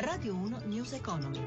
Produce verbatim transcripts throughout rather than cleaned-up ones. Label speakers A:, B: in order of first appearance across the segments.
A: Radio uno News Economy.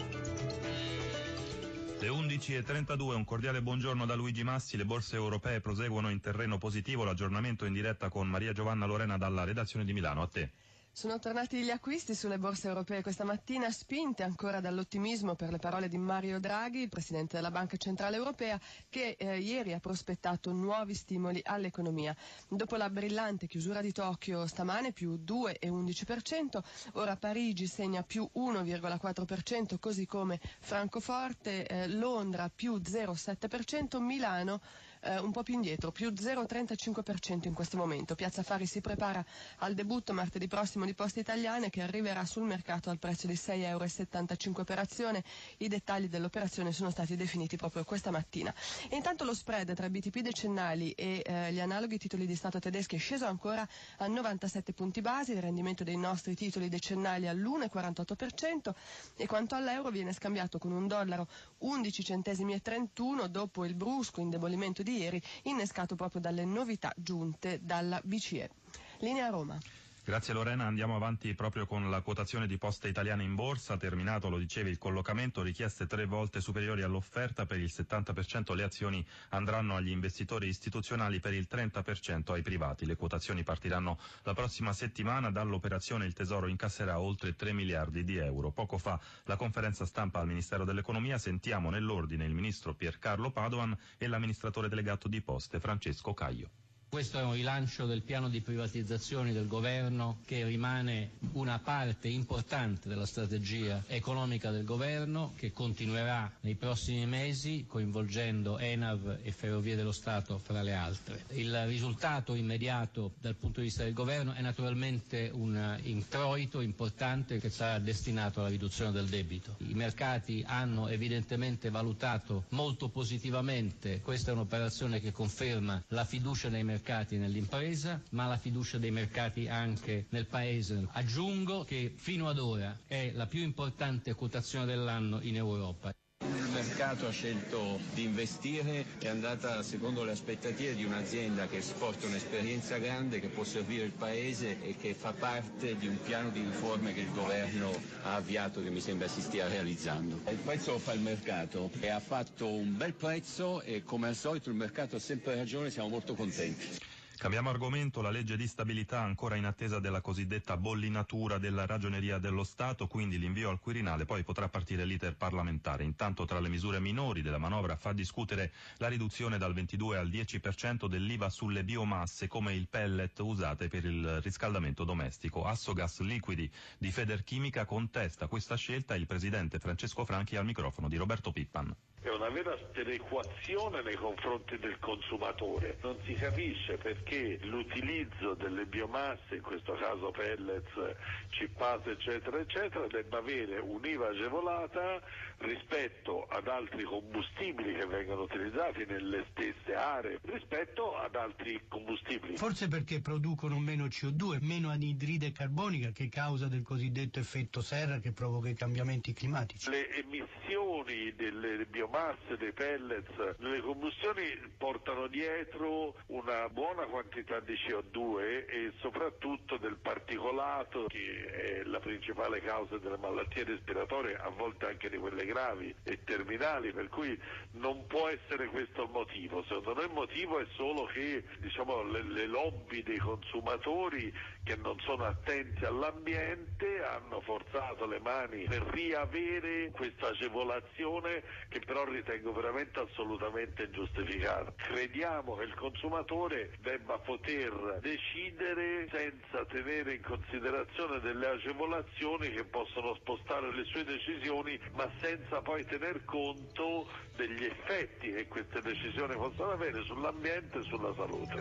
B: Le undici e trentadue, un cordiale buongiorno da Luigi Massi. Le borse europee proseguono in terreno positivo. L'aggiornamento in diretta con Maria Giovanna Lorena dalla redazione di Milano. A te.
C: Sono tornati gli acquisti sulle borse europee questa mattina, spinte ancora dall'ottimismo per le parole di Mario Draghi, presidente della Banca Centrale Europea, che eh, ieri ha prospettato nuovi stimoli all'economia. Dopo la brillante chiusura di Tokyo stamane, più due virgola undici per cento, ora Parigi segna più uno virgola quattro per cento, così come Francoforte, eh, Londra più zero virgola sette per cento, Milano eh, un po' più indietro, più zero virgola trentacinque per cento in questo momento. Piazza Affari si prepara al debutto martedì prossimo di Poste Italiane, che arriverà sul mercato al prezzo di sei virgola settantacinque euro per azione. I dettagli dell'operazione sono stati definiti proprio questa mattina. E intanto lo spread tra i B T P decennali e eh, gli analoghi titoli di Stato tedeschi è sceso ancora a novantasette punti base, il rendimento dei nostri titoli decennali all'uno virgola quarantotto per cento, e quanto all'euro viene scambiato con un dollaro undici centesimi e trentuno dopo il brusco indebolimento di ieri, innescato proprio dalle novità giunte dalla B C E. Linea Roma.
B: Grazie Lorena, andiamo avanti proprio con la quotazione di Poste Italiane in borsa. Terminato, lo dicevi, il collocamento, richieste tre volte superiori all'offerta. Per il settanta per cento le azioni andranno agli investitori istituzionali, per il trenta per cento ai privati. Le quotazioni partiranno la prossima settimana. Dall'operazione il Tesoro incasserà oltre tre miliardi di euro. Poco fa la conferenza stampa al Ministero dell'Economia. Sentiamo nell'ordine il ministro Piercarlo Padoan e l'amministratore delegato di Poste Francesco Caio.
D: Questo è un rilancio del piano di privatizzazioni del governo, che rimane una parte importante della strategia economica del governo, che continuerà nei prossimi mesi coinvolgendo ENAV e Ferrovie dello Stato fra le altre. Il risultato immediato dal punto di vista del governo è naturalmente un introito importante che sarà destinato alla riduzione del debito. I mercati hanno evidentemente valutato molto positivamente, questa è un'operazione che conferma la fiducia nei mercati mercati nell'impresa, ma la fiducia dei mercati anche nel Paese. Aggiungo che fino ad ora è la più importante quotazione dell'anno in Europa.
E: Il mercato ha scelto di investire, è andata secondo le aspettative di un'azienda che esporta un'esperienza grande, che può servire il Paese e che fa parte di un piano di riforme che il governo ha avviato, che mi sembra si stia realizzando. Il prezzo lo fa il mercato e ha fatto un bel prezzo, e come al solito il mercato ha sempre ragione, siamo molto contenti.
B: Cambiamo argomento. La legge di stabilità ancora in attesa della cosiddetta bollinatura della Ragioneria dello Stato, quindi l'invio al Quirinale, poi potrà partire l'iter parlamentare. Intanto, tra le misure minori della manovra fa discutere la riduzione dal ventidue al dieci per cento dell'I V A sulle biomasse come il pellet usate per il riscaldamento domestico. Assogas Liquidi di Federchimica contesta questa scelta. Il presidente Francesco Franchi al microfono di Roberto Pippan.
F: È una vera sperequazione nei confronti del consumatore. Non si capisce perché l'utilizzo delle biomasse, in questo caso pellets, cippate eccetera eccetera, debba avere un'I V A agevolata rispetto ad altri combustibili che vengono utilizzati nelle stesse aree, rispetto ad altri combustibili.
G: Forse perché producono meno C O due, meno anidride carbonica, che è causa del cosiddetto effetto serra che provoca i cambiamenti climatici.
F: Le emissioni delle biomasse, dei pellets, nelle combustioni portano dietro una buona quantità di C O due e soprattutto del particolato, che è la principale causa delle malattie respiratorie, a volte anche di quelle gravi e terminali, per cui non può essere questo il motivo. Secondo noi il motivo è solo che, diciamo, le, le lobby dei consumatori, che non sono attenti all'ambiente, hanno forzato le mani per riavere questa agevolazione, che però ritengo veramente assolutamente ingiustificata. Crediamo che il consumatore debba poter decidere senza tenere in considerazione delle agevolazioni che possono spostare le sue decisioni, ma senza poi tener conto degli effetti che queste decisioni possono avere sull'ambiente e sulla salute.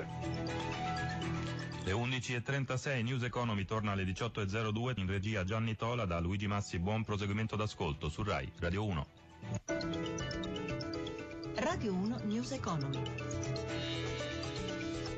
B: Le undici e trentasei, News Economy torna alle diciotto e zero due, in regia Gianni Tola. Da Luigi Massi buon proseguimento d'ascolto su Rai Radio uno.
A: Radio uno News Economy.